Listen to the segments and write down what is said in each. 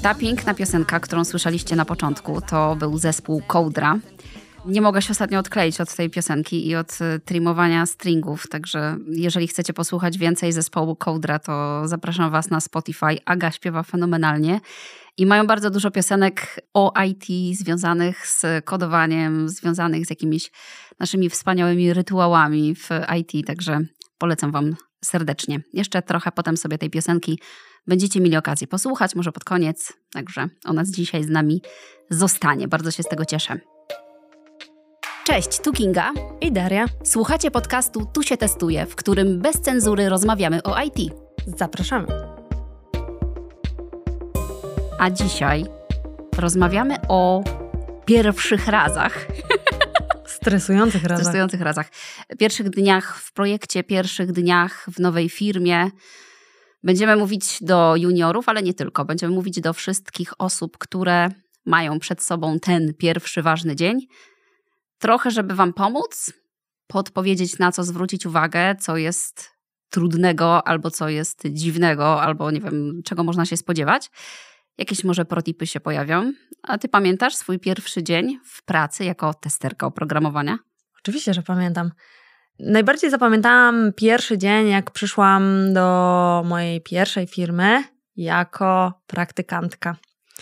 Ta piękna piosenka, którą słyszeliście na początku, to był zespół Kołdra. Nie mogę się ostatnio odkleić od tej piosenki i od trimowania stringów, także jeżeli chcecie posłuchać więcej zespołu Kołdra, to zapraszam was na Spotify. Aga śpiewa fenomenalnie i mają bardzo dużo piosenek o IT związanych z kodowaniem, związanych z jakimiś naszymi wspaniałymi rytuałami w IT, także polecam wam serdecznie. Jeszcze trochę potem sobie tej piosenki będziecie mieli okazję posłuchać, może pod koniec, także ona dzisiaj z nami zostanie. Bardzo się z tego cieszę. Cześć, tu Kinga i Daria. Słuchacie podcastu Tu się testuje, w którym bez cenzury rozmawiamy o IT. Zapraszamy. A dzisiaj rozmawiamy o pierwszych razach. Stresujących razach. Pierwszych dniach w projekcie, pierwszych dniach w nowej firmie. Będziemy mówić do juniorów, ale nie tylko. Będziemy mówić do wszystkich osób, które mają przed sobą ten pierwszy ważny dzień. Trochę, żeby wam pomóc, podpowiedzieć, na co zwrócić uwagę, co jest trudnego, albo co jest dziwnego, albo nie wiem, czego można się spodziewać. Jakieś może protipy się pojawią. A ty pamiętasz swój pierwszy dzień w pracy jako testerka oprogramowania? Oczywiście, że pamiętam. Najbardziej zapamiętałam pierwszy dzień, jak przyszłam do mojej pierwszej firmy jako praktykantka.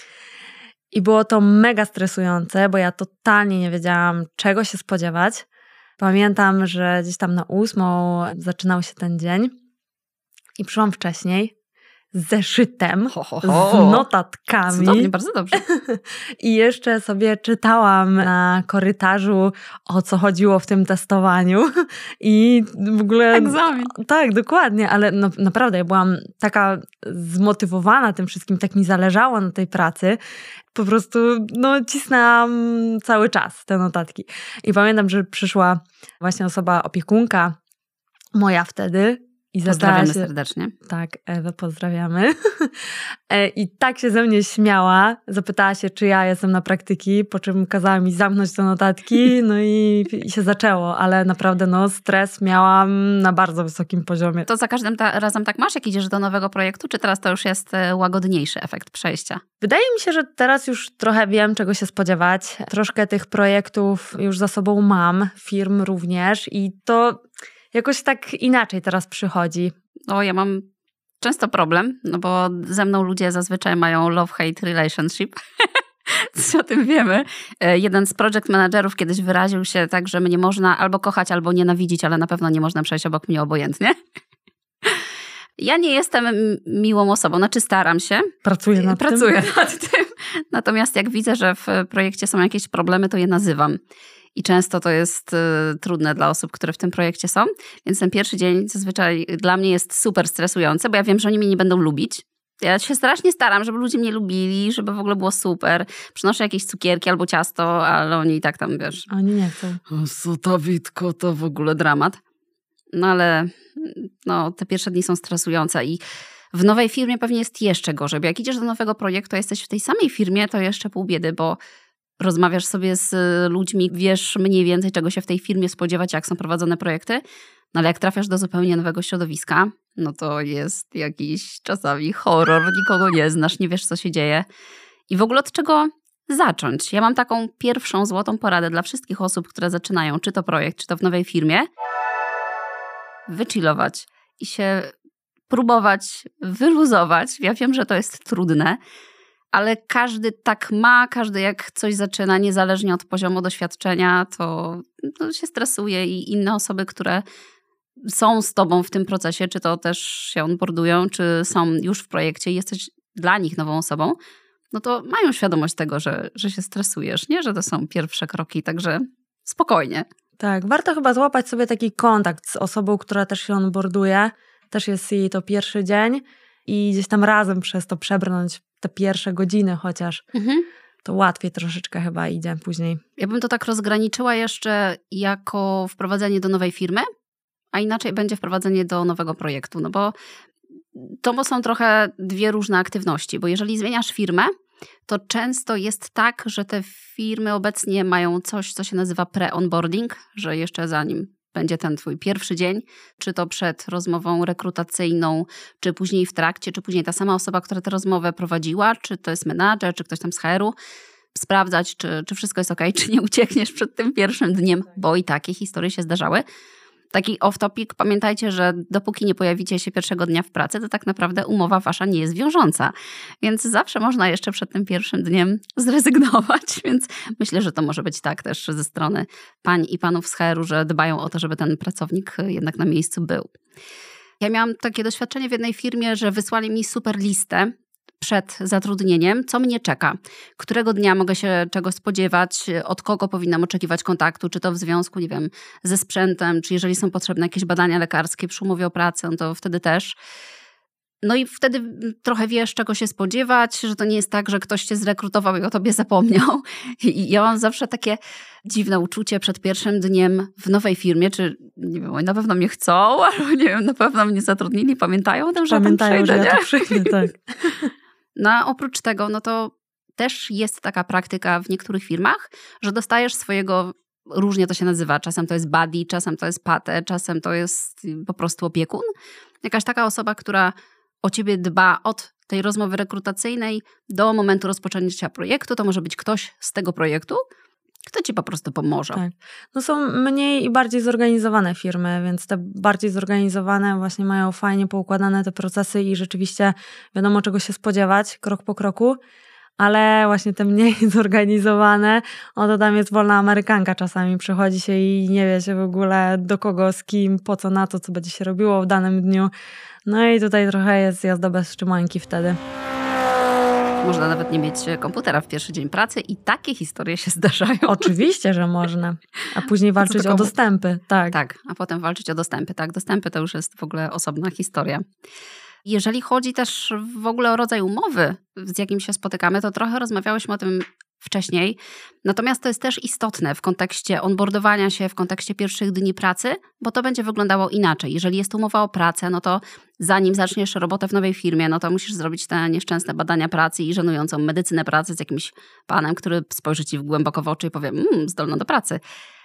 I było to mega stresujące, bo ja totalnie nie wiedziałam, czego się spodziewać. Pamiętam, że gdzieś tam na 8 zaczynał się ten dzień i przyszłam wcześniej z zeszytem, z notatkami. Cudownie, bardzo dobrze. I jeszcze sobie czytałam na korytarzu, o co chodziło w tym testowaniu. I w ogóle... Egzamin. Tak, dokładnie, ale no, naprawdę ja byłam taka zmotywowana tym wszystkim, tak mi zależało na tej pracy. Po prostu cisnęłam cały czas te notatki. I pamiętam, że przyszła właśnie osoba opiekunka moja wtedy. I pozdrawiamy serdecznie. Tak, Ewę pozdrawiamy. I tak się ze mnie śmiała. Zapytała się, czy ja jestem na praktyki, po czym kazała mi zamknąć te notatki, i się zaczęło. Ale naprawdę stres miałam na bardzo wysokim poziomie. To za każdym razem tak masz, jak idziesz do nowego projektu, czy teraz to już jest łagodniejszy efekt przejścia? Wydaje mi się, że teraz już trochę wiem, czego się spodziewać. Troszkę tych projektów już za sobą mam, firm również i to... jakoś tak inaczej teraz przychodzi. Ja mam często problem, bo ze mną ludzie zazwyczaj mają love-hate relationship. Co o tym wiemy. Jeden z project managerów kiedyś wyraził się tak, że mnie można albo kochać, albo nienawidzić, ale na pewno nie można przejść obok mnie obojętnie. Ja nie jestem miłą osobą, staram się. Pracuję nad tym. Natomiast jak widzę, że w projekcie są jakieś problemy, to je nazywam. I często to jest trudne dla osób, które w tym projekcie są. Więc ten pierwszy dzień zazwyczaj dla mnie jest super stresujący, bo ja wiem, że oni mnie nie będą lubić. Ja się strasznie staram, żeby ludzie mnie lubili, żeby w ogóle było super. Przynoszę jakieś cukierki albo ciasto, ale oni i tak tam, wiesz... Oni nie chcą. Sutawitko, to w ogóle dramat. Ale te pierwsze dni są stresujące i w nowej firmie pewnie jest jeszcze gorzej. Bo jak idziesz do nowego projektu, a jesteś w tej samej firmie, to jeszcze pół biedy, bo rozmawiasz sobie z ludźmi, wiesz mniej więcej, czego się w tej firmie spodziewać, jak są prowadzone projekty. Ale jak trafiasz do zupełnie nowego środowiska, to jest jakiś czasami horror, nikogo nie znasz, nie wiesz, co się dzieje. I w ogóle od czego zacząć? Ja mam taką pierwszą złotą poradę dla wszystkich osób, które zaczynają, czy to projekt, czy to w nowej firmie. Wychillować i się próbować wyluzować. Ja wiem, że to jest trudne, ale każdy tak ma, każdy jak coś zaczyna, niezależnie od poziomu doświadczenia, to się stresuje i inne osoby, które są z tobą w tym procesie, czy to też się onboardują, czy są już w projekcie i jesteś dla nich nową osobą, to mają świadomość tego, że się stresujesz, nie? Że to są pierwsze kroki, także spokojnie. Tak, warto chyba złapać sobie taki kontakt z osobą, która też się onboarduje, też jest jej to pierwszy dzień i gdzieś tam razem przez to przebrnąć te pierwsze godziny chociaż. To łatwiej troszeczkę chyba idzie później. Ja bym to tak rozgraniczyła jeszcze jako wprowadzenie do nowej firmy, a inaczej będzie wprowadzenie do nowego projektu, bo to są trochę dwie różne aktywności, bo jeżeli zmieniasz firmę, to często jest tak, że te firmy obecnie mają coś, co się nazywa pre-onboarding, że jeszcze zanim będzie ten twój pierwszy dzień, czy to przed rozmową rekrutacyjną, czy później w trakcie, czy później ta sama osoba, która tę rozmowę prowadziła, czy to jest menadżer, czy ktoś tam z HR-u, sprawdzać, czy wszystko jest okej, czy nie uciekniesz przed tym pierwszym dniem, bo i takie historie się zdarzały. Taki off-topic, pamiętajcie, że dopóki nie pojawicie się pierwszego dnia w pracy, to tak naprawdę umowa wasza nie jest wiążąca. Więc zawsze można jeszcze przed tym pierwszym dniem zrezygnować, więc myślę, że to może być tak też ze strony pań i panów z HR-u, że dbają o to, żeby ten pracownik jednak na miejscu był. Ja miałam takie doświadczenie w jednej firmie, że wysłali mi super listę przed zatrudnieniem, co mnie czeka, którego dnia mogę się czego spodziewać, od kogo powinnam oczekiwać kontaktu, czy to w związku, nie wiem, ze sprzętem, czy jeżeli są potrzebne jakieś badania lekarskie przy umowie o pracę, no to wtedy też. No i wtedy trochę wiesz, czego się spodziewać, że to nie jest tak, że ktoś cię zrekrutował i o tobie zapomniał. I ja mam zawsze takie dziwne uczucie przed pierwszym dniem w nowej firmie, czy nie wiem, oni na pewno mnie chcą, albo nie wiem, na pewno mnie zatrudnili, pamiętają o tym, że Pamiętają, że ja tu przyjdę, tak. No a oprócz tego, no to też jest taka praktyka w niektórych firmach, że dostajesz swojego, różnie to się nazywa, czasem to jest buddy, czasem to jest patę, czasem to jest po prostu opiekun. Jakaś taka osoba, która o ciebie dba od tej rozmowy rekrutacyjnej do momentu rozpoczęcia projektu. To może być ktoś z tego projektu, kto ci po prostu pomoże. Tak. No są mniej i bardziej zorganizowane firmy, więc te bardziej zorganizowane właśnie mają fajnie poukładane te procesy i rzeczywiście wiadomo, czego się spodziewać krok po kroku, ale właśnie te mniej zorganizowane, to tam jest wolna amerykanka czasami. Przychodzi się i nie wie się w ogóle do kogo, z kim, po co, na to, co będzie się robiło w danym dniu. No i tutaj trochę jest jazda bez wstrzymanki wtedy. Można nawet nie mieć komputera w pierwszy dzień pracy i takie historie się zdarzają. Oczywiście, że można. A później walczyć o dostępy. Tak, a potem walczyć o dostępy. Tak, dostępy to już jest w ogóle osobna historia. Jeżeli chodzi też w ogóle o rodzaj umowy, z jakim się spotykamy, to trochę rozmawiałyśmy o tym wcześniej. Natomiast to jest też istotne w kontekście onboardowania się, w kontekście pierwszych dni pracy, bo to będzie wyglądało inaczej. Jeżeli jest umowa o pracę, no to zanim zaczniesz robotę w nowej firmie, no to musisz zrobić te nieszczęsne badania pracy i żenującą medycynę pracy z jakimś panem, który spojrzy ci głęboko w oczy i powie, zdolna do pracy.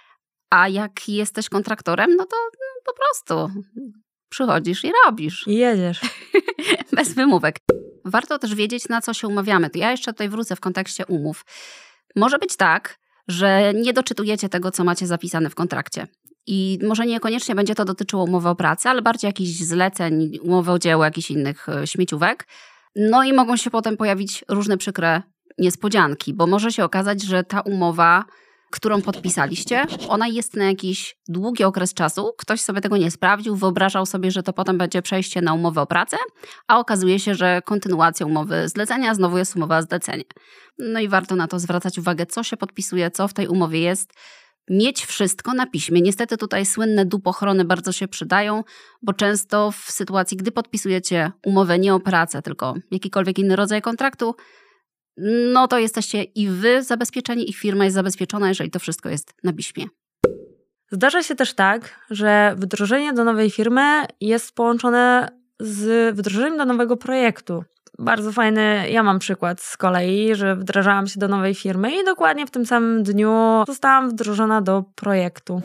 A jak jesteś kontraktorem, no to po prostu przychodzisz i robisz. I jedziesz. Bez wymówek. Warto też wiedzieć, na co się umawiamy. To ja jeszcze tutaj wrócę w kontekście umów. Może być tak, że nie doczytujecie tego, co macie zapisane w kontrakcie. I może niekoniecznie będzie to dotyczyło umowy o pracę, ale bardziej jakichś zleceń, umowy o dzieło, jakichś innych śmieciówek. No i mogą się potem pojawić różne przykre niespodzianki, bo może się okazać, że ta umowa, którą podpisaliście, ona jest na jakiś długi okres czasu. Ktoś sobie tego nie sprawdził, wyobrażał sobie, że to potem będzie przejście na umowę o pracę, a okazuje się, że kontynuacją umowy zlecenia znowu jest umowa o zlecenie. No i warto na to zwracać uwagę, co się podpisuje, co w tej umowie jest. Mieć wszystko na piśmie. Niestety tutaj słynne dupochrony bardzo się przydają, bo często w sytuacji, gdy podpisujecie umowę nie o pracę, tylko jakikolwiek inny rodzaj kontraktu, no to jesteście i wy zabezpieczeni, i firma jest zabezpieczona, jeżeli to wszystko jest na piśmie. Zdarza się też tak, że wdrożenie do nowej firmy jest połączone z wdrożeniem do nowego projektu. Bardzo fajny, ja mam przykład z kolei, że wdrażałam się do nowej firmy i dokładnie w tym samym dniu zostałam wdrożona do projektu.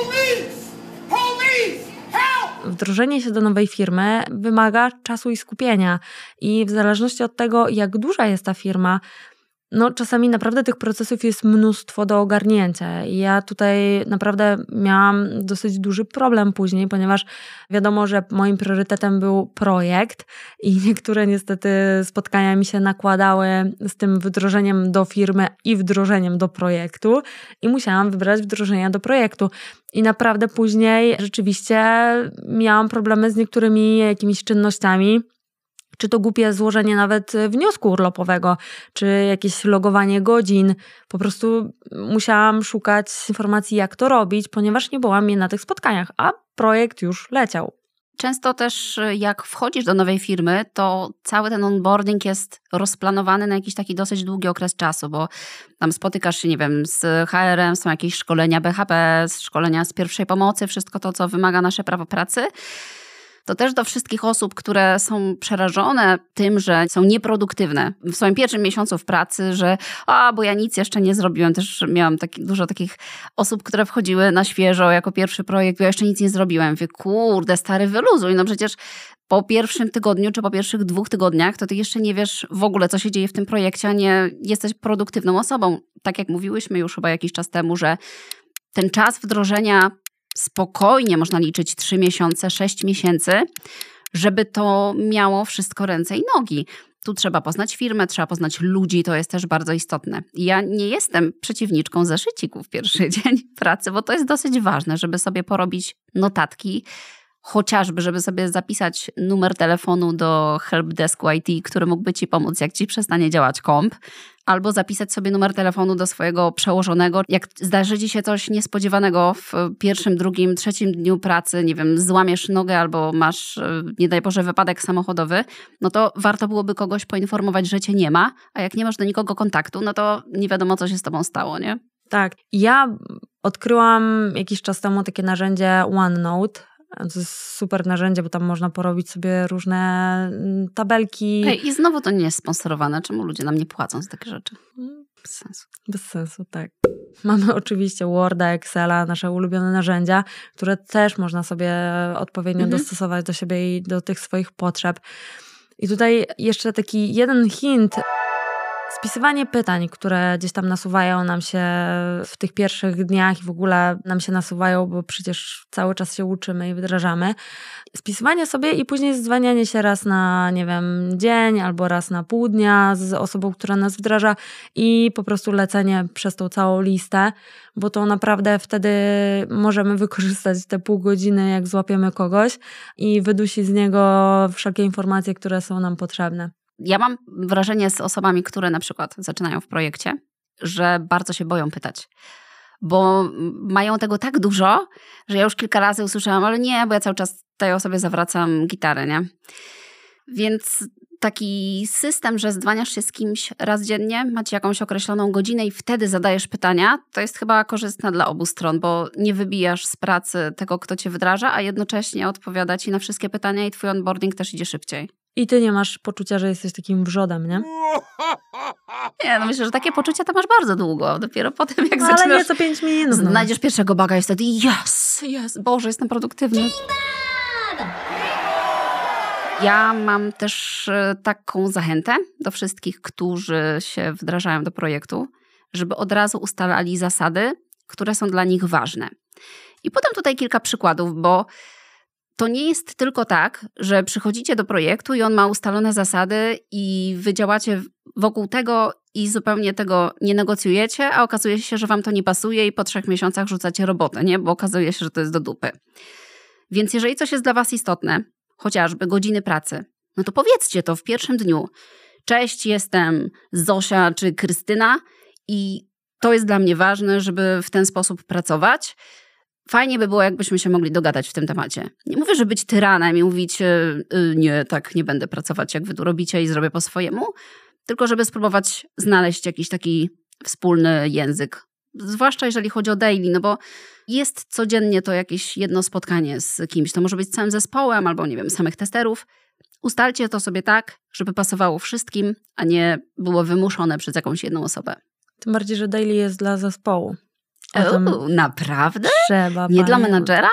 Wdrożenie się do nowej firmy wymaga czasu i skupienia i w zależności od tego, jak duża jest ta firma, no czasami naprawdę tych procesów jest mnóstwo do ogarnięcia. I ja tutaj naprawdę miałam dosyć duży problem później, ponieważ wiadomo, że moim priorytetem był projekt i niektóre niestety spotkania mi się nakładały z tym wdrożeniem do firmy i wdrożeniem do projektu i musiałam wybrać wdrożenia do projektu. I naprawdę później rzeczywiście miałam problemy z niektórymi jakimiś czynnościami, czy to głupie złożenie nawet wniosku urlopowego, czy jakieś logowanie godzin. Po prostu musiałam szukać informacji, jak to robić, ponieważ nie byłam na tych spotkaniach, a projekt już leciał. Często też jak wchodzisz do nowej firmy, to cały ten onboarding jest rozplanowany na jakiś taki dosyć długi okres czasu, bo tam spotykasz się, nie wiem, z HR-em, są jakieś szkolenia BHP, szkolenia z pierwszej pomocy, wszystko to, co wymaga nasze prawo pracy. To też do wszystkich osób, które są przerażone tym, że są nieproduktywne w swoim pierwszym miesiącu w pracy, że bo ja nic jeszcze nie zrobiłem. Też miałam dużo takich osób, które wchodziły na świeżo jako pierwszy projekt, bo ja jeszcze nic nie zrobiłem. Mówię, kurde, stary, wyluzuj. No przecież po pierwszym tygodniu czy po pierwszych 2 tygodniach to ty jeszcze nie wiesz w ogóle, co się dzieje w tym projekcie, a nie jesteś produktywną osobą. Tak jak mówiłyśmy już chyba jakiś czas temu, że ten czas wdrożenia spokojnie można liczyć 3 miesiące, 6 miesięcy, żeby to miało wszystko ręce i nogi. Tu trzeba poznać firmę, trzeba poznać ludzi, to jest też bardzo istotne. Ja nie jestem przeciwniczką zeszycików pierwszy dzień pracy, bo to jest dosyć ważne, żeby sobie porobić notatki, chociażby, żeby sobie zapisać numer telefonu do helpdesku IT, który mógłby ci pomóc, jak ci przestanie działać komp, albo zapisać sobie numer telefonu do swojego przełożonego. Jak zdarzy ci się coś niespodziewanego w pierwszym, drugim, trzecim dniu pracy, nie wiem, złamiesz nogę albo masz, nie daj Boże, wypadek samochodowy, no to warto byłoby kogoś poinformować, że cię nie ma, a jak nie masz do nikogo kontaktu, no to nie wiadomo, co się z tobą stało, nie? Tak. Ja odkryłam jakiś czas temu takie narzędzie OneNote. To jest super narzędzie, bo tam można porobić sobie różne tabelki. I znowu to nie jest sponsorowane. Czemu ludzie nam nie płacą za takie rzeczy? Bez sensu. Bez sensu, tak. Mamy oczywiście Worda, Excela, nasze ulubione narzędzia, które też można sobie odpowiednio dostosować do siebie i do tych swoich potrzeb. I tutaj jeszcze taki jeden hint. Spisywanie pytań, które gdzieś tam nasuwają nam się w tych pierwszych dniach i w ogóle nam się nasuwają, bo przecież cały czas się uczymy i wdrażamy. Spisywanie sobie i później zdzwanianie się raz na, nie wiem, dzień albo raz na pół dnia z osobą, która nas wdraża i po prostu lecenie przez tą całą listę, bo to naprawdę wtedy możemy wykorzystać te pół godziny, jak złapiemy kogoś i wydusić z niego wszelkie informacje, które są nam potrzebne. Ja mam wrażenie z osobami, które na przykład zaczynają w projekcie, że bardzo się boją pytać, bo mają tego tak dużo, że ja już kilka razy usłyszałam, ale nie, bo ja cały czas tej osobie zawracam gitarę, nie? Więc taki system, że zdwaniasz się z kimś raz dziennie, macie jakąś określoną godzinę i wtedy zadajesz pytania, to jest chyba korzystne dla obu stron, bo nie wybijasz z pracy tego, kto cię wdraża, a jednocześnie odpowiada ci na wszystkie pytania i twój onboarding też idzie szybciej. I ty nie masz poczucia, że jesteś takim wrzodem, nie? Nie, no myślę, że takie poczucia to masz bardzo długo. Dopiero potem, jak zaczynasz... Ale nie co 5 minut. Znajdziesz pierwszego baga i wtedy yes, Boże, jestem produktywny. Ja mam też taką zachętę do wszystkich, którzy się wdrażają do projektu, żeby od razu ustalali zasady, które są dla nich ważne. I potem tutaj kilka przykładów, bo to nie jest tylko tak, że przychodzicie do projektu i on ma ustalone zasady i wy działacie wokół tego i zupełnie tego nie negocjujecie, a okazuje się, że wam to nie pasuje i po 3 miesiącach rzucacie robotę, nie? Bo okazuje się, że to jest do dupy. Więc jeżeli coś jest dla was istotne, chociażby godziny pracy, no to powiedzcie to w pierwszym dniu. Cześć, jestem Zosia czy Krystyna i to jest dla mnie ważne, żeby w ten sposób pracować. Fajnie by było, jakbyśmy się mogli dogadać w tym temacie. Nie mówię, że być tyranem i mówić nie, tak nie będę pracować, jak wy tu robicie i zrobię po swojemu, tylko żeby spróbować znaleźć jakiś taki wspólny język. Zwłaszcza jeżeli chodzi o daily, no bo jest codziennie to jakieś jedno spotkanie z kimś. To może być całym zespołem albo, nie wiem, samych testerów. Ustalcie to sobie tak, żeby pasowało wszystkim, a nie było wymuszone przez jakąś jedną osobę. Tym bardziej, że daily jest dla zespołu. Naprawdę? Trzeba nie dla menadżera?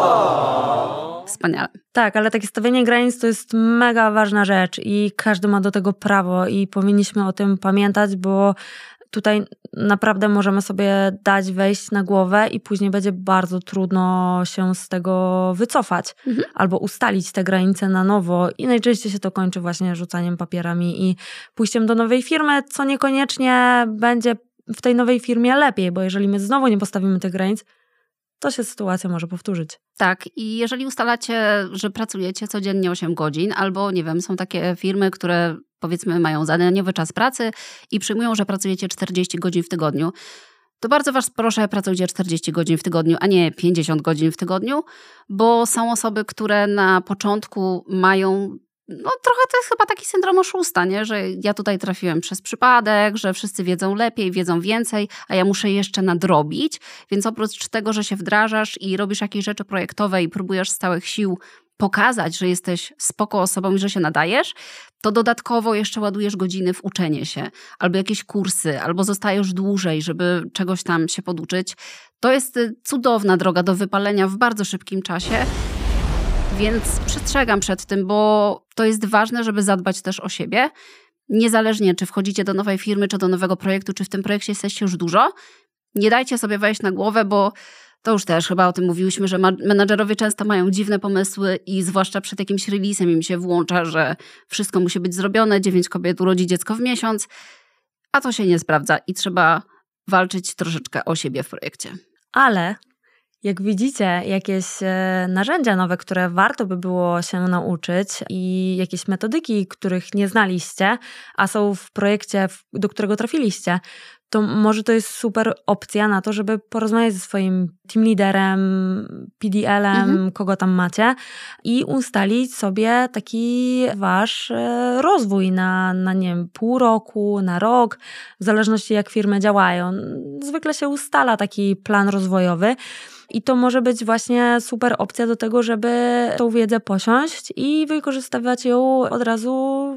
Wspaniale. Tak, ale takie stawianie granic to jest mega ważna rzecz i każdy ma do tego prawo i powinniśmy o tym pamiętać, bo tutaj naprawdę możemy sobie dać wejść na głowę i później będzie bardzo trudno się z tego wycofać albo ustalić te granice na nowo i najczęściej się to kończy właśnie rzucaniem papierami i pójściem do nowej firmy, co niekoniecznie będzie w tej nowej firmie lepiej, bo jeżeli my znowu nie postawimy tych granic, to się sytuacja może powtórzyć. Tak, i jeżeli ustalacie, że pracujecie codziennie 8 godzin, albo nie wiem, są takie firmy, które powiedzmy mają zadaniowy czas pracy i przyjmują, że pracujecie 40 godzin w tygodniu, to bardzo was proszę, pracujcie 40 godzin w tygodniu, a nie 50 godzin w tygodniu, bo są osoby, które na początku mają... No trochę to jest chyba taki syndrom oszusta, nie? Że ja tutaj trafiłem przez przypadek, że wszyscy wiedzą lepiej, wiedzą więcej, a ja muszę jeszcze nadrobić. Więc oprócz tego, że się wdrażasz i robisz jakieś rzeczy projektowe i próbujesz z całych sił pokazać, że jesteś spoko osobą i że się nadajesz, to dodatkowo jeszcze ładujesz godziny w uczenie się, albo jakieś kursy, albo zostajesz dłużej, żeby czegoś tam się poduczyć. To jest cudowna droga do wypalenia w bardzo szybkim czasie, więc przestrzegam przed tym, bo to jest ważne, żeby zadbać też o siebie. Niezależnie, czy wchodzicie do nowej firmy, czy do nowego projektu, czy w tym projekcie jesteście już dużo, nie dajcie sobie wejść na głowę, bo to już też chyba o tym mówiłyśmy, że menadżerowie często mają dziwne pomysły i zwłaszcza przed jakimś releasem im się włącza, że wszystko musi być zrobione, 9 kobiet urodzi dziecko w miesiąc, a to się nie sprawdza i trzeba walczyć troszeczkę o siebie w projekcie. Ale jak widzicie jakieś narzędzia nowe, które warto by było się nauczyć i jakieś metodyki, których nie znaliście, a są w projekcie, do którego trafiliście, to może to jest super opcja na to, żeby porozmawiać ze swoim team liderem, PDL-em, kogo tam macie i ustalić sobie taki wasz rozwój na nie wiem, pół roku, na rok, w zależności jak firmy działają. Zwykle się ustala taki plan rozwojowy i to może być właśnie super opcja do tego, żeby tą wiedzę posiąść i wykorzystywać ją od razu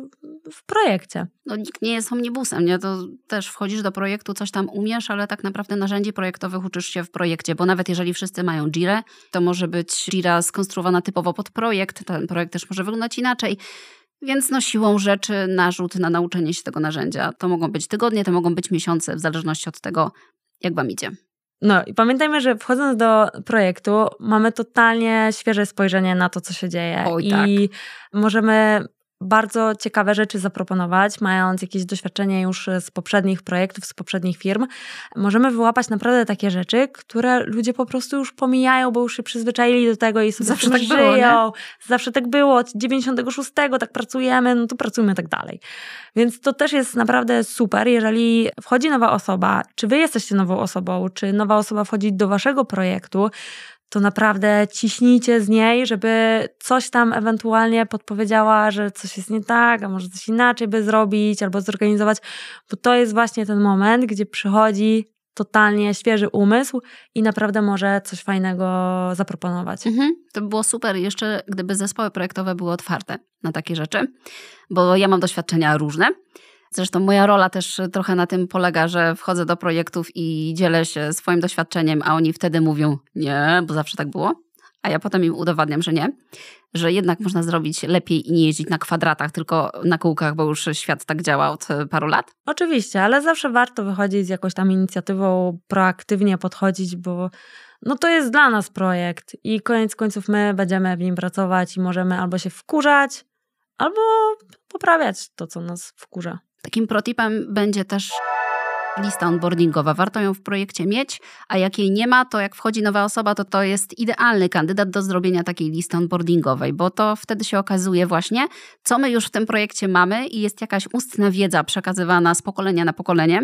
w projekcie. No, nikt nie jest omnibusem, nie? To też wchodzisz do projektu, coś tam umiesz, ale tak naprawdę narzędzi projektowych uczysz się w projekcie, bo nawet jeżeli wszyscy mają Jirę, to może być Jira skonstruowana typowo pod projekt, ten projekt też może wyglądać inaczej, więc no siłą rzeczy narzut na nauczenie się tego narzędzia. To mogą być tygodnie, to mogą być miesiące, w zależności od tego, jak wam idzie. No i pamiętajmy, że wchodząc do projektu mamy totalnie świeże spojrzenie na to, co się dzieje. Oj, i tak. możemy bardzo ciekawe rzeczy zaproponować, mając jakieś doświadczenie już z poprzednich projektów, z poprzednich firm. Możemy wyłapać naprawdę takie rzeczy, które ludzie po prostu już pomijają, bo już się przyzwyczaili do tego i sobie Zawsze tak żyją. było, nie? Zawsze tak było, od 96 tak pracujemy, no to pracujmy tak dalej. Więc to też jest naprawdę super, jeżeli wchodzi nowa osoba, czy wy jesteście nową osobą, czy nowa osoba wchodzi do waszego projektu, to naprawdę ciśnijcie z niej, żeby coś tam ewentualnie podpowiedziała, że coś jest nie tak, a może coś inaczej by zrobić albo zorganizować, bo to jest właśnie ten moment, gdzie przychodzi totalnie świeży umysł i naprawdę może coś fajnego zaproponować. To by było super jeszcze, gdyby zespoły projektowe były otwarte na takie rzeczy, bo ja mam doświadczenia różne. Zresztą moja rola też trochę na tym polega, że wchodzę do projektów i dzielę się swoim doświadczeniem, a oni wtedy mówią nie, bo zawsze tak było, a ja potem im udowadniam, że nie, że jednak można zrobić lepiej i nie jeździć na kwadratach, tylko na kółkach, bo już świat tak działa od paru lat. Oczywiście, ale zawsze warto wychodzić z jakąś tam inicjatywą, proaktywnie podchodzić, bo no to jest dla nas projekt i koniec końców my będziemy w nim pracować i możemy albo się wkurzać, albo poprawiać to, co nas wkurza. Takim protipem będzie też lista onboardingowa. Warto ją w projekcie mieć, a jak jej nie ma, to jak wchodzi nowa osoba, to jest idealny kandydat do zrobienia takiej listy onboardingowej, bo to wtedy się okazuje właśnie, co my już w tym projekcie mamy i jest jakaś ustna wiedza przekazywana z pokolenia na pokolenie,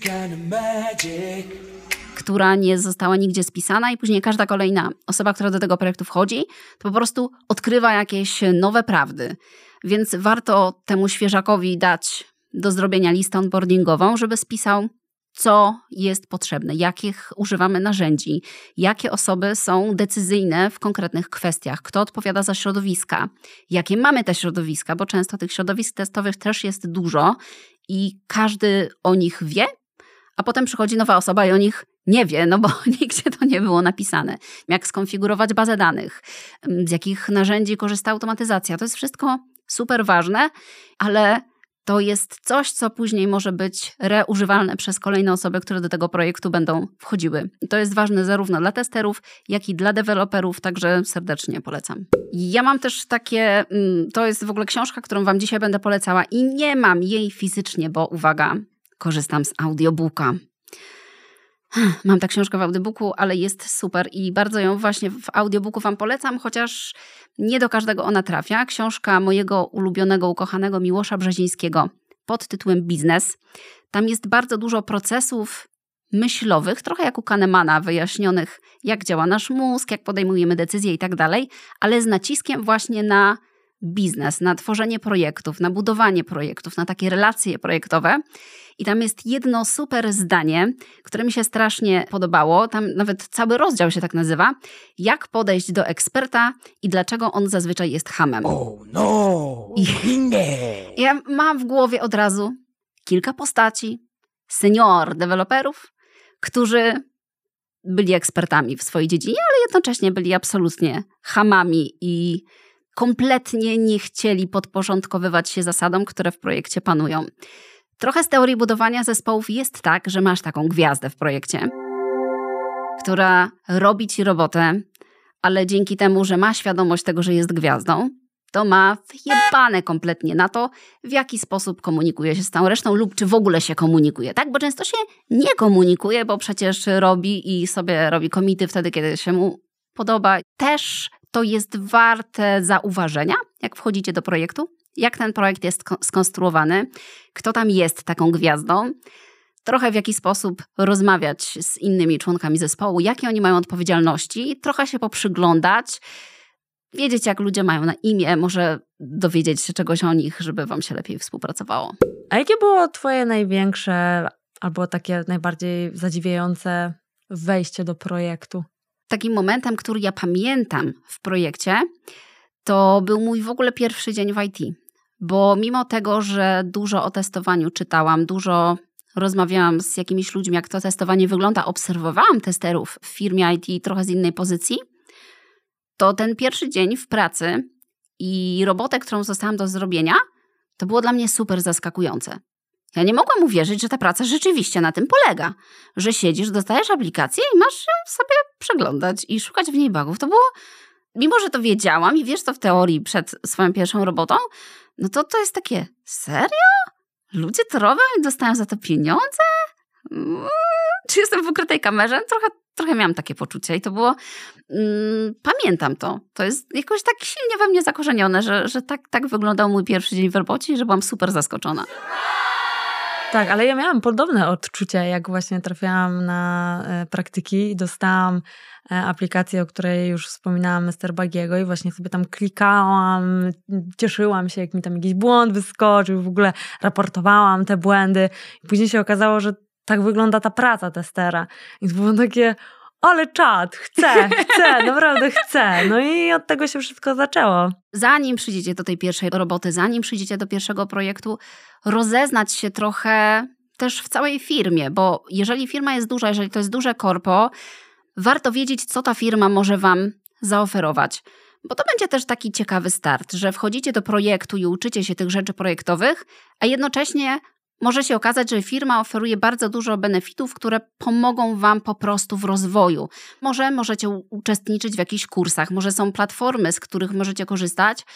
która nie została nigdzie spisana i później każda kolejna osoba, która do tego projektu wchodzi, to po prostu odkrywa jakieś nowe prawdy. Więc warto temu świeżakowi dać do zrobienia listę onboardingową, żeby spisał, co jest potrzebne, jakich używamy narzędzi, jakie osoby są decyzyjne w konkretnych kwestiach, kto odpowiada za środowiska, jakie mamy te środowiska, bo często tych środowisk testowych też jest dużo i każdy o nich wie, a potem przychodzi nowa osoba i o nich nie wie, no bo nigdzie to nie było napisane. Jak skonfigurować bazę danych, z jakich narzędzi korzysta automatyzacja. To jest wszystko super ważne, ale to jest coś, co później może być reużywalne przez kolejne osoby, które do tego projektu będą wchodziły. I to jest ważne zarówno dla testerów, jak i dla deweloperów, także serdecznie polecam. Ja mam też takie, to jest w ogóle książka, którą wam dzisiaj będę polecała i nie mam jej fizycznie, bo uwaga, korzystam z audiobooka. Mam tę książkę w audiobooku, ale jest super i bardzo ją właśnie w audiobooku wam polecam, chociaż nie do każdego ona trafia. Książka mojego ulubionego, ukochanego Miłosza Brzezińskiego pod tytułem Biznes. Tam jest bardzo dużo procesów myślowych, trochę jak u Kahnemana, wyjaśnionych, jak działa nasz mózg, jak podejmujemy decyzje i tak dalej, ale z naciskiem właśnie na biznes, na tworzenie projektów, na budowanie projektów, na takie relacje projektowe. I tam jest jedno super zdanie, które mi się strasznie podobało. Tam nawet cały rozdział się tak nazywa. Jak podejść do eksperta i dlaczego on zazwyczaj jest chamem. Oh no! Ja mam w głowie od razu kilka postaci, senior deweloperów, którzy byli ekspertami w swojej dziedzinie, ale jednocześnie byli absolutnie chamami i kompletnie nie chcieli podporządkowywać się zasadom, które w projekcie panują. Trochę z teorii budowania zespołów jest tak, że masz taką gwiazdę w projekcie, która robi ci robotę, ale dzięki temu, że ma świadomość tego, że jest gwiazdą, to ma wjebane kompletnie na to, w jaki sposób komunikuje się z całą resztą lub czy w ogóle się komunikuje, tak? Bo często się nie komunikuje, bo przecież robi i sobie robi komity wtedy, kiedy się mu podoba. Też to jest warte zauważenia, jak wchodzicie do projektu, jak ten projekt jest skonstruowany, kto tam jest taką gwiazdą, trochę w jaki sposób rozmawiać z innymi członkami zespołu, jakie oni mają odpowiedzialności, trochę się poprzyglądać, wiedzieć, jak ludzie mają na imię, może dowiedzieć się czegoś o nich, żeby wam się lepiej współpracowało. A jakie było twoje największe albo takie najbardziej zadziwiające wejście do projektu? Takim momentem, który ja pamiętam w projekcie, to był mój w ogóle pierwszy dzień w IT. Bo mimo tego, że dużo o testowaniu czytałam, dużo rozmawiałam z jakimiś ludźmi, jak to testowanie wygląda, obserwowałam testerów w firmie IT trochę z innej pozycji, to ten pierwszy dzień w pracy i robotę, którą zostałam do zrobienia, to było dla mnie super zaskakujące. Ja nie mogłam uwierzyć, że ta praca rzeczywiście na tym polega. Że siedzisz, dostajesz aplikację i masz ją sobie przeglądać i szukać w niej bugów. To było, mimo że to wiedziałam i wiesz to w teorii przed swoją pierwszą robotą, no to jest takie, serio? Ludzie to robią i dostają za to pieniądze? Czy jestem w ukrytej kamerze? Trochę miałam takie poczucie i to było, pamiętam to. To jest jakoś tak silnie we mnie zakorzenione, że tak wyglądał mój pierwszy dzień w robocie i że byłam super zaskoczona. Tak, ale ja miałam podobne odczucie, jak właśnie trafiałam na praktyki i dostałam aplikację, o której już wspominałam, Mr. Bagiego i właśnie sobie tam klikałam, cieszyłam się, jak mi tam jakiś błąd wyskoczył, w ogóle raportowałam te błędy i później się okazało, że tak wygląda ta praca testera. I to było takie, ale czad, chcę, naprawdę chcę. No i od tego się wszystko zaczęło. Zanim przyjdziecie do tej pierwszej roboty, zanim przyjdziecie do pierwszego projektu, rozeznać się trochę też w całej firmie, bo jeżeli firma jest duża, jeżeli to jest duże korpo, warto wiedzieć, co ta firma może wam zaoferować. Bo to będzie też taki ciekawy start, że wchodzicie do projektu i uczycie się tych rzeczy projektowych, a jednocześnie może się okazać, że firma oferuje bardzo dużo benefitów, które pomogą wam po prostu w rozwoju. Może możecie uczestniczyć w jakichś kursach, może są platformy, z których możecie korzystać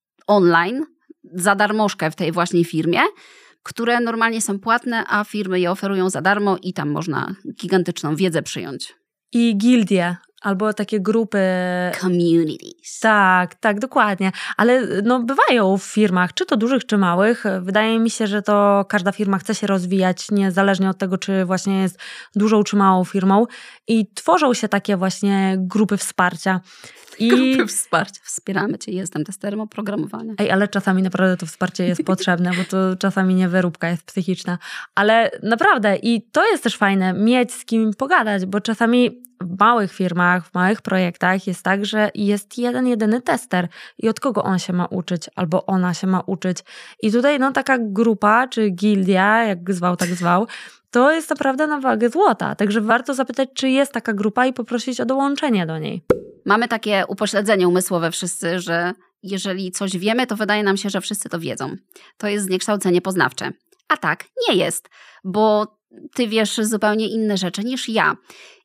online za darmożkę w tej właśnie firmie, które normalnie są płatne, a firmy je oferują za darmo i tam można gigantyczną wiedzę przyjąć. I gildie, albo takie grupy. Communities. Tak, dokładnie. Ale no, bywają w firmach, czy to dużych, czy małych. Wydaje mi się, że to każda firma chce się rozwijać, niezależnie od tego, czy właśnie jest dużą, czy małą firmą. I tworzą się takie właśnie grupy wsparcia. Grupy wsparcia. Wspieramy cię, jestem testerem oprogramowania. Ale czasami naprawdę to wsparcie jest potrzebne, bo to czasami nie wyróbka jest psychiczna. Ale naprawdę i to jest też fajne, mieć z kim pogadać, bo czasami w małych firmach, w małych projektach jest tak, że jest jeden, jedyny tester i od kogo on się ma uczyć albo ona się ma uczyć. I tutaj no taka grupa czy gildia, jak zwał, tak zwał, to jest naprawdę na wagę złota. Także warto zapytać, czy jest taka grupa i poprosić o dołączenie do niej. Mamy takie upośledzenie umysłowe wszyscy, że jeżeli coś wiemy, to wydaje nam się, że wszyscy to wiedzą. To jest zniekształcenie poznawcze. A tak nie jest, bo ty wiesz zupełnie inne rzeczy niż ja.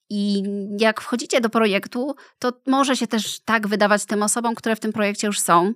I jak wchodzicie do projektu, to może się też tak wydawać tym osobom, które w tym projekcie już są,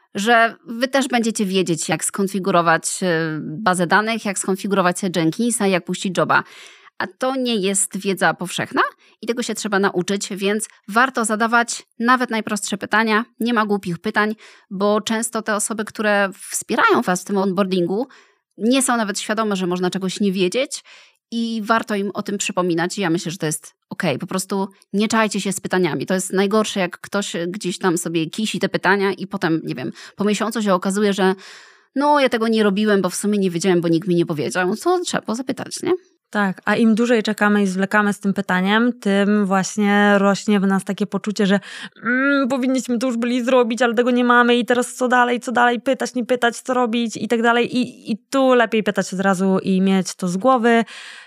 że wy też będziecie wiedzieć, jak skonfigurować bazę danych, jak skonfigurować Jenkinsa, jak puścić joba. A to nie jest wiedza powszechna i tego się trzeba nauczyć, więc warto zadawać nawet najprostsze pytania. Nie ma głupich pytań, bo często te osoby, które wspierają was w tym onboardingu, nie są nawet świadome, że można czegoś nie wiedzieć i warto im o tym przypominać. Ja myślę, że to jest okej. Po prostu nie czajcie się z pytaniami. To jest najgorsze, jak ktoś gdzieś tam sobie kisi te pytania i potem, nie wiem, po miesiącu się okazuje, że no ja tego nie robiłem, bo w sumie nie wiedziałem, bo nikt mi nie powiedział. To trzeba było zapytać, nie? Tak, a im dłużej czekamy i zwlekamy z tym pytaniem, tym właśnie rośnie w nas takie poczucie, że powinniśmy to już byli zrobić, ale tego nie mamy i teraz co dalej, pytać, nie pytać, co robić i tak dalej. I tu lepiej pytać od razu i mieć to z głowy.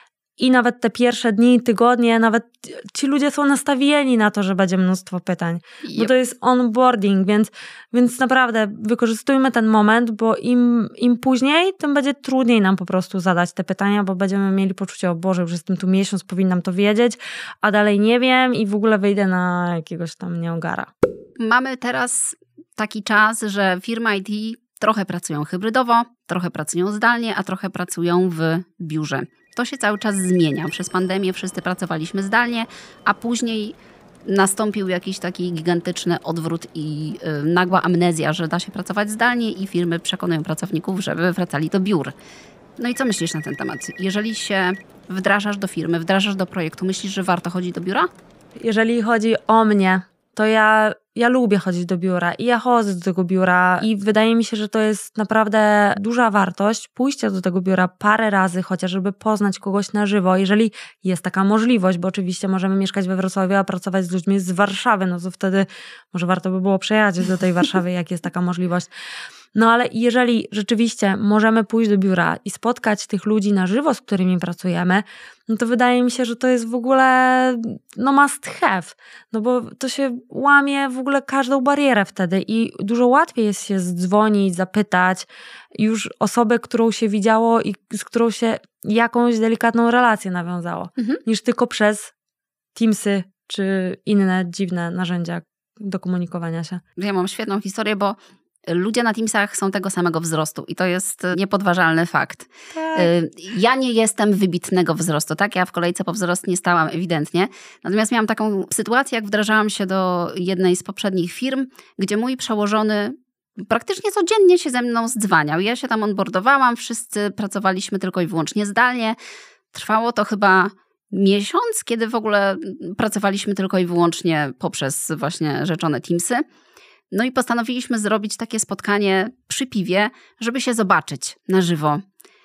I nawet te pierwsze dni, tygodnie, nawet ci ludzie są nastawieni na to, że będzie mnóstwo pytań. Bo to jest onboarding, więc naprawdę wykorzystujmy ten moment, bo im później, tym będzie trudniej nam po prostu zadać te pytania, bo będziemy mieli poczucie, o Boże, już jestem tu miesiąc, powinnam to wiedzieć, a dalej nie wiem i w ogóle wyjdę na jakiegoś tam nieogara. Mamy teraz taki czas, że firmy IT trochę pracują hybrydowo, trochę pracują zdalnie, a trochę pracują w biurze. To się cały czas zmienia. Przez pandemię wszyscy pracowaliśmy zdalnie, a później nastąpił jakiś taki gigantyczny odwrót i nagła amnezja, że da się pracować zdalnie i firmy przekonują pracowników, żeby wracali do biur. No i co myślisz na ten temat? Jeżeli się wdrażasz do firmy, wdrażasz do projektu, myślisz, że warto chodzić do biura? Jeżeli chodzi o mnie, to ja lubię chodzić do biura i ja chodzę do tego biura i wydaje mi się, że to jest naprawdę duża wartość pójścia do tego biura parę razy, chociaż żeby poznać kogoś na żywo, jeżeli jest taka możliwość, bo oczywiście możemy mieszkać we Wrocławiu, a pracować z ludźmi z Warszawy, no to wtedy może warto by było przejechać do tej Warszawy, jak jest taka możliwość. No ale jeżeli rzeczywiście możemy pójść do biura i spotkać tych ludzi na żywo, z którymi pracujemy, no to wydaje mi się, że to jest w ogóle must have, no bo to się łamie w ogóle każdą barierę wtedy i dużo łatwiej jest się zdzwonić, zapytać już osobę, którą się widziało i z którą się jakąś delikatną relację nawiązało, niż tylko przez Teamsy czy inne dziwne narzędzia do komunikowania się. Ja mam świetną historię, bo ludzie na Teamsach są tego samego wzrostu i to jest niepodważalny fakt. Tak. Ja nie jestem wybitnego wzrostu, tak? Ja w kolejce po wzrost nie stałam ewidentnie. Natomiast miałam taką sytuację, jak wdrażałam się do jednej z poprzednich firm, gdzie mój przełożony praktycznie codziennie się ze mną zdzwaniał. Ja się tam onboardowałam, wszyscy pracowaliśmy tylko i wyłącznie zdalnie. Trwało to chyba miesiąc, kiedy w ogóle pracowaliśmy tylko i wyłącznie poprzez właśnie rzeczone Teamsy. No i postanowiliśmy zrobić takie spotkanie przy piwie, żeby się zobaczyć na żywo.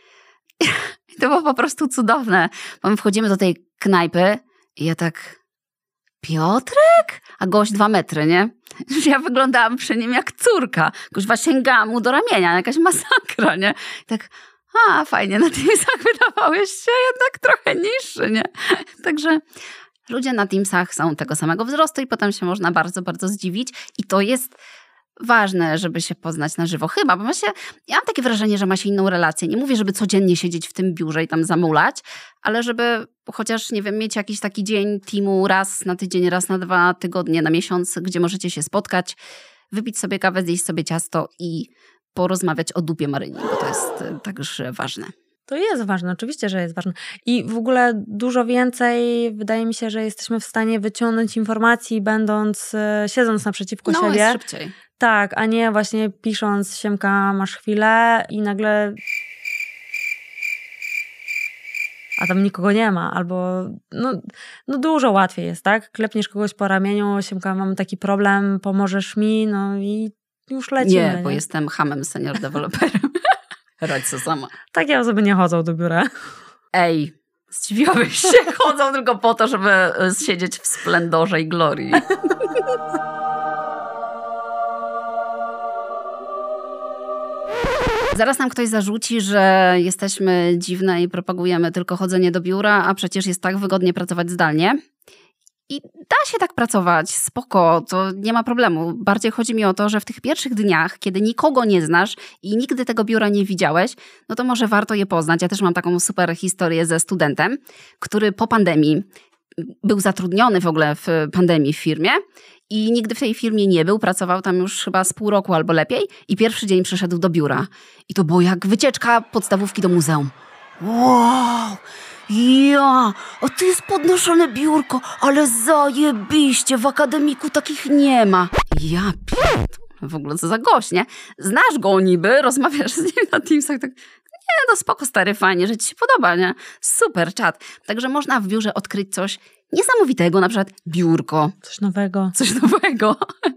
I to było po prostu cudowne. Bo my wchodzimy do tej knajpy i ja tak, Piotrek? A gość 2 metry, nie? Już ja wyglądałam przy nim jak córka. Kuźwa, sięgałam mu do ramienia, jakaś masakra, nie? I tak, fajnie, na Teamsach wydawałeś się jednak trochę niższy, nie? Także ludzie na Teamsach są tego samego wzrostu i potem się można bardzo, bardzo zdziwić. I to jest ważne, żeby się poznać na żywo. Chyba, bo ja mam takie wrażenie, że ma się inną relację. Nie mówię, żeby codziennie siedzieć w tym biurze i tam zamulać, ale żeby chociaż, nie wiem, mieć jakiś taki dzień teamu raz na tydzień, raz na 2 tygodnie, na miesiąc, gdzie możecie się spotkać, wypić sobie kawę, zjeść sobie ciasto i porozmawiać o dupie Maryni, bo to jest także ważne. To jest ważne, oczywiście, że jest ważne. I w ogóle dużo więcej, wydaje mi się, że jesteśmy w stanie wyciągnąć informacji, siedząc naprzeciwko siebie. Jest szybciej. Tak, a nie właśnie pisząc, Siemka, masz chwilę i nagle a tam nikogo nie ma, albo no dużo łatwiej jest, tak? Klepniesz kogoś po ramieniu, Siemka, mam taki problem, pomożesz mi, no i już lecimy. Nie, bo jestem hamem senior developerem. Radź co sama. Takie osoby nie chodzą do biura. Ej, zdziwiłabyś się, chodzą tylko po to, żeby siedzieć w splendorze i glorii. Zaraz nam ktoś zarzuci, że jesteśmy dziwne i propagujemy tylko chodzenie do biura, a przecież jest tak wygodnie pracować zdalnie. I da się tak pracować, spoko, to nie ma problemu. Bardziej chodzi mi o to, że w tych pierwszych dniach, kiedy nikogo nie znasz i nigdy tego biura nie widziałeś, no to może warto je poznać. Ja też mam taką super historię ze studentem, który po pandemii był zatrudniony w ogóle w pandemii w firmie i nigdy w tej firmie nie był. Pracował tam już chyba z pół roku albo lepiej i pierwszy dzień przyszedł do biura. I to było jak wycieczka podstawówki do muzeum. Wow! Ja, a to jest podnoszone biurko, ale zajebiście, w akademiku takich nie ma. Ja w ogóle co za gość, nie? Znasz go niby, rozmawiasz z nim na Teamsach, tak no spoko stary, fajnie, że ci się podoba, nie? Super, czad. Także można w biurze odkryć coś niesamowitego, na przykład biurko. Coś nowego. Coś nowego.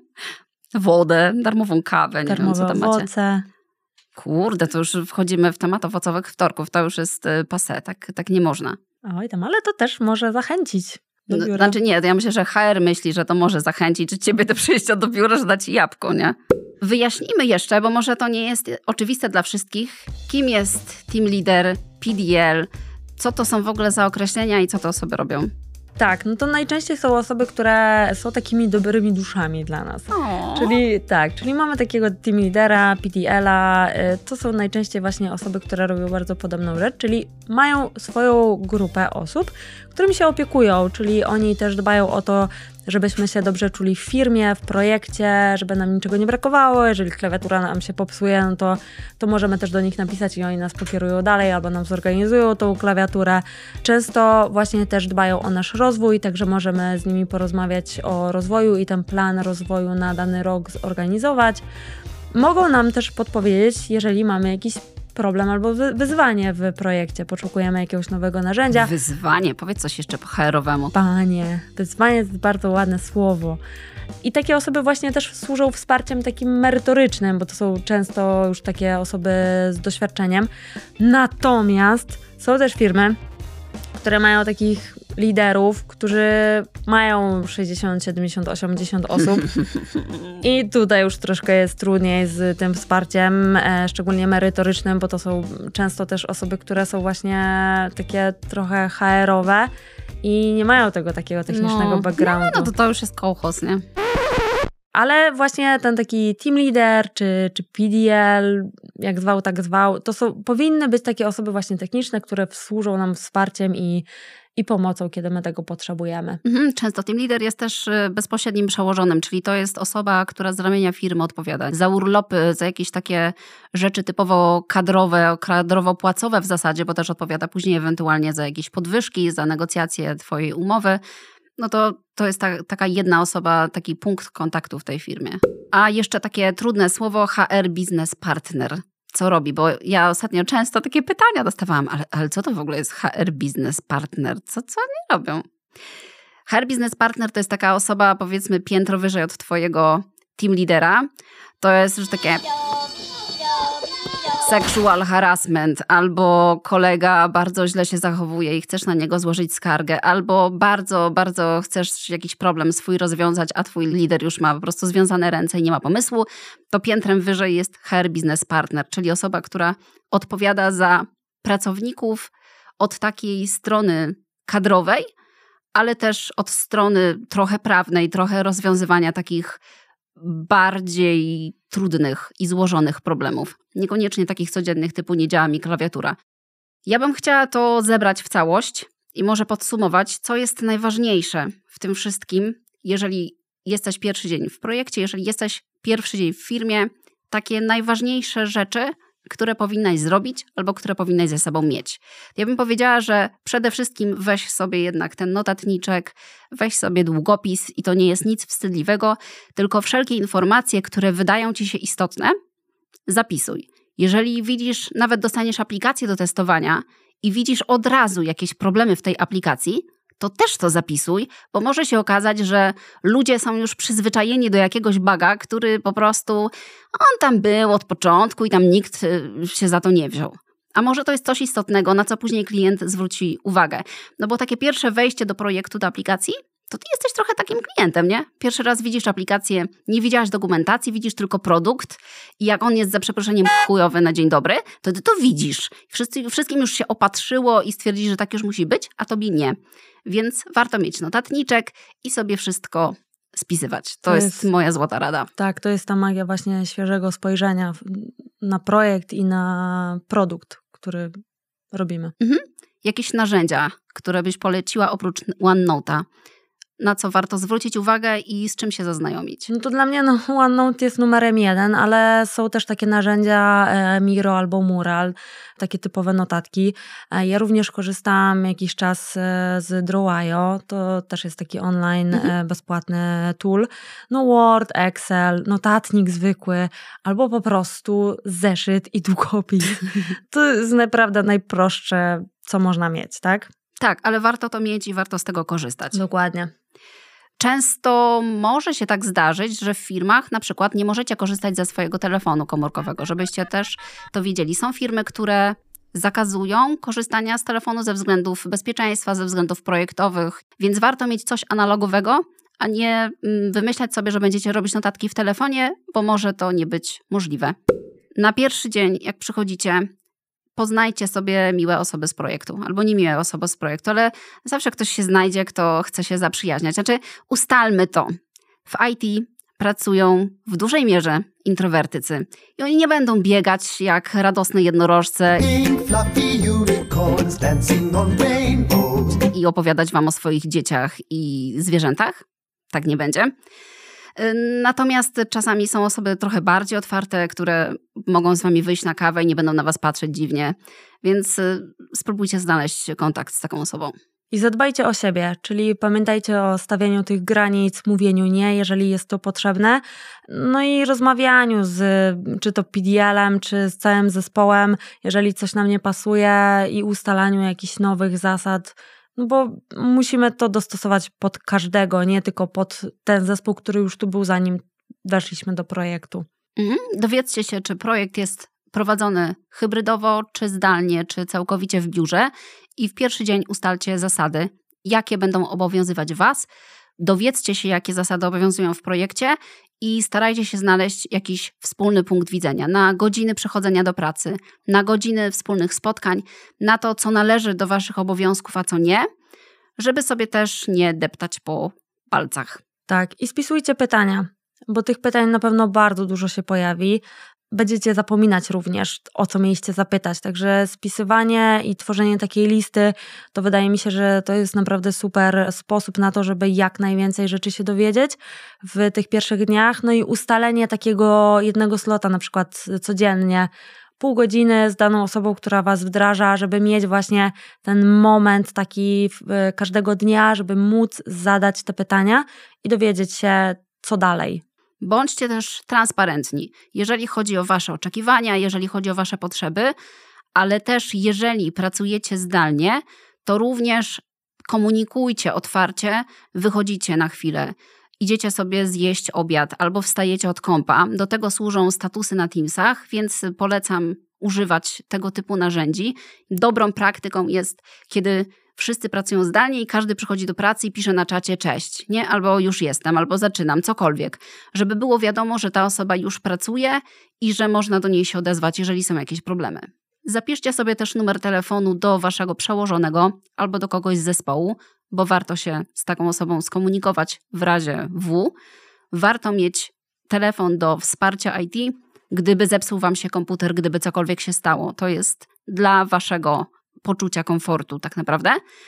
Wodę, darmową kawę, nie wiem, co tam macie. Owoce. Kurde, to już wchodzimy w temat owocowych wtorków, to już jest passé, tak nie można. Oj tam, ale to też może zachęcić do biura. Znaczy nie, ja myślę, że HR myśli, że to może zachęcić czy ciebie do przyjścia do biura, że da ci jabłko, nie? Wyjaśnijmy jeszcze, bo może to nie jest oczywiste dla wszystkich, kim jest team leader, PDL, co to są w ogóle za określenia i co te osoby robią. Tak, no to najczęściej są osoby, które są takimi dobrymi duszami dla nas. O. Czyli mamy takiego team leadera, PDL-a, to są najczęściej właśnie osoby, które robią bardzo podobną rzecz, czyli mają swoją grupę osób, którymi się opiekują, czyli oni też dbają o to, żebyśmy się dobrze czuli w firmie, w projekcie, żeby nam niczego nie brakowało. Jeżeli klawiatura nam się popsuje, no to możemy też do nich napisać i oni nas pokierują dalej albo nam zorganizują tą klawiaturę. Często właśnie też dbają o nasz rozwój, także możemy z nimi porozmawiać o rozwoju i ten plan rozwoju na dany rok zorganizować. Mogą nam też podpowiedzieć, jeżeli mamy jakiś problem albo wyzwanie w projekcie, poszukujemy jakiegoś nowego narzędzia. Wyzwanie, powiedz coś jeszcze po HR-owemu. Panie, wyzwanie jest bardzo ładne słowo. I takie osoby właśnie też służą wsparciem takim merytorycznym, bo to są często już takie osoby z doświadczeniem. Natomiast są też firmy, które mają takich liderów, którzy mają 60, 70, 80 osób i tutaj już troszkę jest trudniej z tym wsparciem, szczególnie merytorycznym, bo to są często też osoby, które są właśnie takie trochę HR-owe i nie mają tego takiego technicznego backgroundu. No to już jest kołchoz, nie? Ale właśnie ten taki team leader czy PDL, jak zwał, tak zwał, to powinny być takie osoby właśnie techniczne, które służą nam wsparciem i pomocą, kiedy my tego potrzebujemy. Często team leader jest też bezpośrednim przełożonym, czyli to jest osoba, która z ramienia firmy odpowiada za urlopy, za jakieś takie rzeczy typowo kadrowe, kadrowo-płacowe w zasadzie, bo też odpowiada później ewentualnie za jakieś podwyżki, za negocjacje twojej umowy. No to jest taka jedna osoba, taki punkt kontaktu w tej firmie. A jeszcze takie trudne słowo HR Business Partner. Co robi? Bo ja ostatnio często takie pytania dostawałam, ale co to w ogóle jest HR Business Partner? Co oni robią? HR Business Partner to jest taka osoba, powiedzmy, piętro wyżej od twojego team lidera. To jest już takie sexual harassment, albo kolega bardzo źle się zachowuje i chcesz na niego złożyć skargę, albo bardzo, bardzo chcesz jakiś problem swój rozwiązać, a twój lider już ma po prostu związane ręce i nie ma pomysłu, to piętrem wyżej jest HR Business Partner, czyli osoba, która odpowiada za pracowników od takiej strony kadrowej, ale też od strony trochę prawnej, trochę rozwiązywania takich bardziej trudnych i złożonych problemów. Niekoniecznie takich codziennych typu nie działa mi klawiatura. Ja bym chciała to zebrać w całość i może podsumować, co jest najważniejsze w tym wszystkim, jeżeli jesteś pierwszy dzień w projekcie, jeżeli jesteś pierwszy dzień w firmie, takie najważniejsze rzeczy, które powinnaś zrobić albo które powinnaś ze sobą mieć. Ja bym powiedziała, że przede wszystkim weź sobie jednak ten notatniczek, weź sobie długopis i to nie jest nic wstydliwego, tylko wszelkie informacje, które wydają ci się istotne, zapisuj. Jeżeli widzisz, nawet dostaniesz aplikację do testowania i widzisz od razu jakieś problemy w tej aplikacji, to też to zapisuj, bo może się okazać, że ludzie są już przyzwyczajeni do jakiegoś buga, który po prostu on tam był od początku i tam nikt się za to nie wziął. A może to jest coś istotnego, na co później klient zwróci uwagę. No bo takie pierwsze wejście do projektu, do aplikacji, to ty jesteś trochę takim klientem, nie? Pierwszy raz widzisz aplikację, nie widziałaś dokumentacji, widzisz tylko produkt i jak on jest za przeproszeniem chujowy na dzień dobry, to ty to widzisz. Wszystkim już się opatrzyło i stwierdzili, że tak już musi być, a tobie nie. Więc warto mieć notatniczek i sobie wszystko spisywać. To jest moja złota rada. Tak, to jest ta magia właśnie świeżego spojrzenia na projekt i na produkt, który robimy. Jakieś narzędzia, które byś poleciła oprócz OneNote'a. na co warto zwrócić uwagę i z czym się zaznajomić? No to dla mnie OneNote jest numerem 1, ale są też takie narzędzia Miro albo Mural, takie typowe notatki. Ja również korzystałam jakiś czas z Draw.io, to też jest taki online bezpłatny tool. No Word, Excel, notatnik zwykły, albo po prostu zeszyt i długopis. To jest naprawdę najprostsze, co można mieć, tak? Tak, ale warto to mieć i warto z tego korzystać. Dokładnie. Często może się tak zdarzyć, że w firmach na przykład nie możecie korzystać ze swojego telefonu komórkowego, żebyście też to wiedzieli. Są firmy, które zakazują korzystania z telefonu ze względów bezpieczeństwa, ze względów projektowych, więc warto mieć coś analogowego, a nie wymyślać sobie, że będziecie robić notatki w telefonie, bo może to nie być możliwe. Na pierwszy dzień, jak przychodzicie, poznajcie sobie miłe osoby z projektu albo niemiłe osoby z projektu, ale zawsze ktoś się znajdzie, kto chce się zaprzyjaźniać. Znaczy, ustalmy to. W IT pracują w dużej mierze introwertycy i oni nie będą biegać jak radosne jednorożce i opowiadać wam o swoich dzieciach i zwierzętach. Tak nie będzie. Natomiast czasami są osoby trochę bardziej otwarte, które mogą z wami wyjść na kawę i nie będą na was patrzeć dziwnie, więc spróbujcie znaleźć kontakt z taką osobą. I zadbajcie o siebie, czyli pamiętajcie o stawianiu tych granic, mówieniu nie, jeżeli jest to potrzebne, no i rozmawianiu czy to PDL-em, czy z całym zespołem, jeżeli coś nam nie pasuje i ustalaniu jakichś nowych zasad, no bo musimy to dostosować pod każdego, nie tylko pod ten zespół, który już tu był, zanim weszliśmy do projektu. Dowiedzcie się, czy projekt jest prowadzony hybrydowo, czy zdalnie, czy całkowicie w biurze i w pierwszy dzień ustalcie zasady, jakie będą obowiązywać was. Dowiedzcie się, jakie zasady obowiązują w projekcie i starajcie się znaleźć jakiś wspólny punkt widzenia na godziny przechodzenia do pracy, na godziny wspólnych spotkań, na to, co należy do waszych obowiązków, a co nie, żeby sobie też nie deptać po palcach. Tak, i spisujcie pytania, bo tych pytań na pewno bardzo dużo się pojawi. Będziecie zapominać również, o co mieliście zapytać. Także spisywanie i tworzenie takiej listy, to wydaje mi się, że to jest naprawdę super sposób na to, żeby jak najwięcej rzeczy się dowiedzieć w tych pierwszych dniach. No i ustalenie takiego jednego slota, na przykład codziennie, pół godziny z daną osobą, która was wdraża, żeby mieć właśnie ten moment taki każdego dnia, żeby móc zadać te pytania i dowiedzieć się, co dalej. Bądźcie też transparentni, jeżeli chodzi o wasze oczekiwania, jeżeli chodzi o wasze potrzeby, ale też jeżeli pracujecie zdalnie, to również komunikujcie otwarcie, wychodzicie na chwilę, idziecie sobie zjeść obiad albo wstajecie od kompa. Do tego służą statusy na Teamsach, więc polecam używać tego typu narzędzi. Dobrą praktyką jest, kiedy wszyscy pracują zdalnie i każdy przychodzi do pracy i pisze na czacie cześć, nie? Albo już jestem, albo zaczynam, cokolwiek. Żeby było wiadomo, że ta osoba już pracuje i że można do niej się odezwać, jeżeli są jakieś problemy. Zapiszcie sobie też numer telefonu do waszego przełożonego albo do kogoś z zespołu, bo warto się z taką osobą skomunikować w razie W. Warto mieć telefon do wsparcia IT, gdyby zepsuł wam się komputer, gdyby cokolwiek się stało. To jest dla waszego poczucia komfortu tak naprawdę.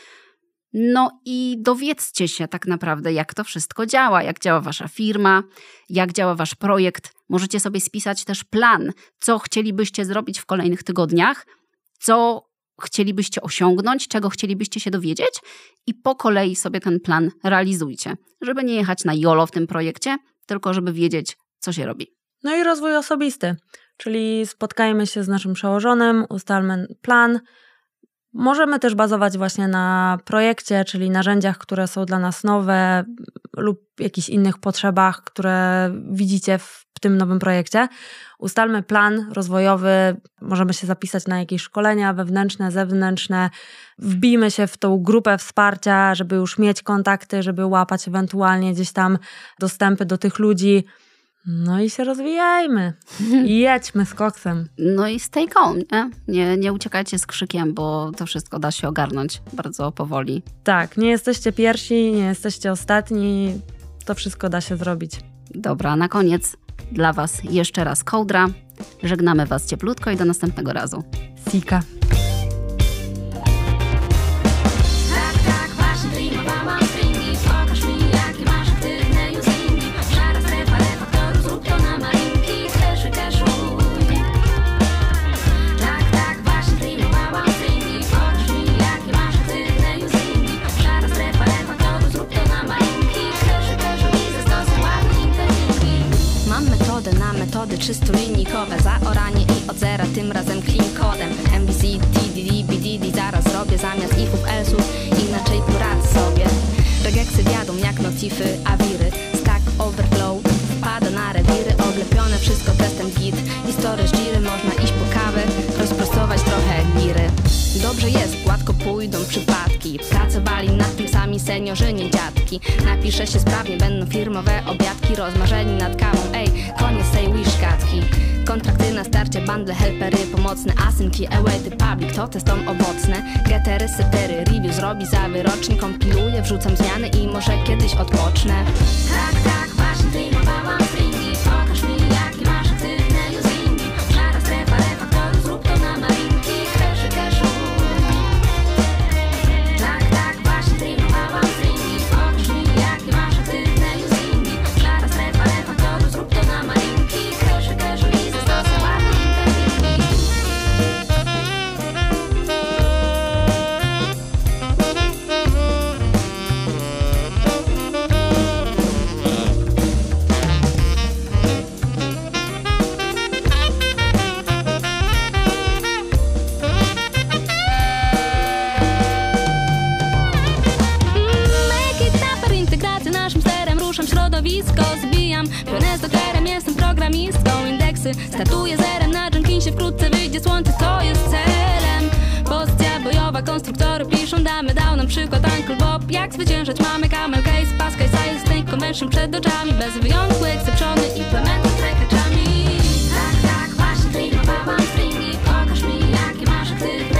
No i dowiedzcie się tak naprawdę, jak to wszystko działa, jak działa wasza firma, jak działa wasz projekt. Możecie sobie spisać też plan, co chcielibyście zrobić w kolejnych tygodniach, co chcielibyście osiągnąć, czego chcielibyście się dowiedzieć i po kolei sobie ten plan realizujcie, żeby nie jechać na YOLO w tym projekcie, tylko żeby wiedzieć, co się robi. No i rozwój osobisty, czyli spotkajmy się z naszym przełożonym, ustalmy plan. Możemy też bazować właśnie na projekcie, czyli narzędziach, które są dla nas nowe lub jakichś innych potrzebach, które widzicie w tym nowym projekcie. Ustalmy plan rozwojowy, możemy się zapisać na jakieś szkolenia wewnętrzne, zewnętrzne. Wbijmy się w tą grupę wsparcia, żeby już mieć kontakty, żeby łapać ewentualnie gdzieś tam dostępy do tych ludzi. No i się rozwijajmy. I jedźmy z koksem. No i stay calm, nie? Nie uciekajcie z krzykiem, bo to wszystko da się ogarnąć bardzo powoli. Tak, nie jesteście pierwsi, nie jesteście ostatni. To wszystko da się zrobić. Dobra, na koniec dla was jeszcze raz Kołdra. Żegnamy was cieplutko i do następnego razu. Sika. Tak, masz dream, mama, pokaż mi 300-linijkowe zaoranie i od zera, tym razem clean kodem. MVC, TDD, BDD, zaraz zrobię zamiast ifów, elsów, inaczej poradzę sobie. Regeksy wiadą jak notify, awiry, Stack Overflow wpada na rewiry, oblepione wszystko testem git. Historię z giry, można iść po kawę, rozprostować trochę giry. Dobrze jest, gładko pójdą przypadki, pracowali nad tym sami seniorzy, nie dziadki. Napisze się sprawnie, będą firmowe obiadki, rozmarzeni nad kawą, ej, koniec tej wish-gadki. Kontrakty na starcie, bundle, helpery pomocne, asynki, awaity, public, to testom owocne. Getery, setery, review zrobi za wyrocznie, kompiluję, wrzucam zmiany i może kiedyś odpocznę. Tak, właśnie streamowałam stringi, pokaż mi jakie masz aktywne usingi. Szara strefa, refaktoru, zrób to na malinki, cashu. Tak, właśnie streamowałam stringi, pokaż mi jakie masz aktywne usingi. Szara strefa, refaktoru, zrób to na malinki, cashu i zastosuj ładnie interlinki. Naszym sterem ruszam środowisko, zbijam pionę z dokerem, jestem programistką. Indeksy statuję zerem, na Jenkinsie wkrótce wyjdzie słońce, to jest celem. Pozycja bojowa, konstruktory piszą, damy, dał nam przykład Uncle Bob. Jak zwyciężać mamy camel case, Pascal, Science, Think Convention przed oczami. Bez wyjątku exceptiony, implementy trekaczami. Tak, właśnie streamowałam stringi, pokaż mi jakie masz aktywne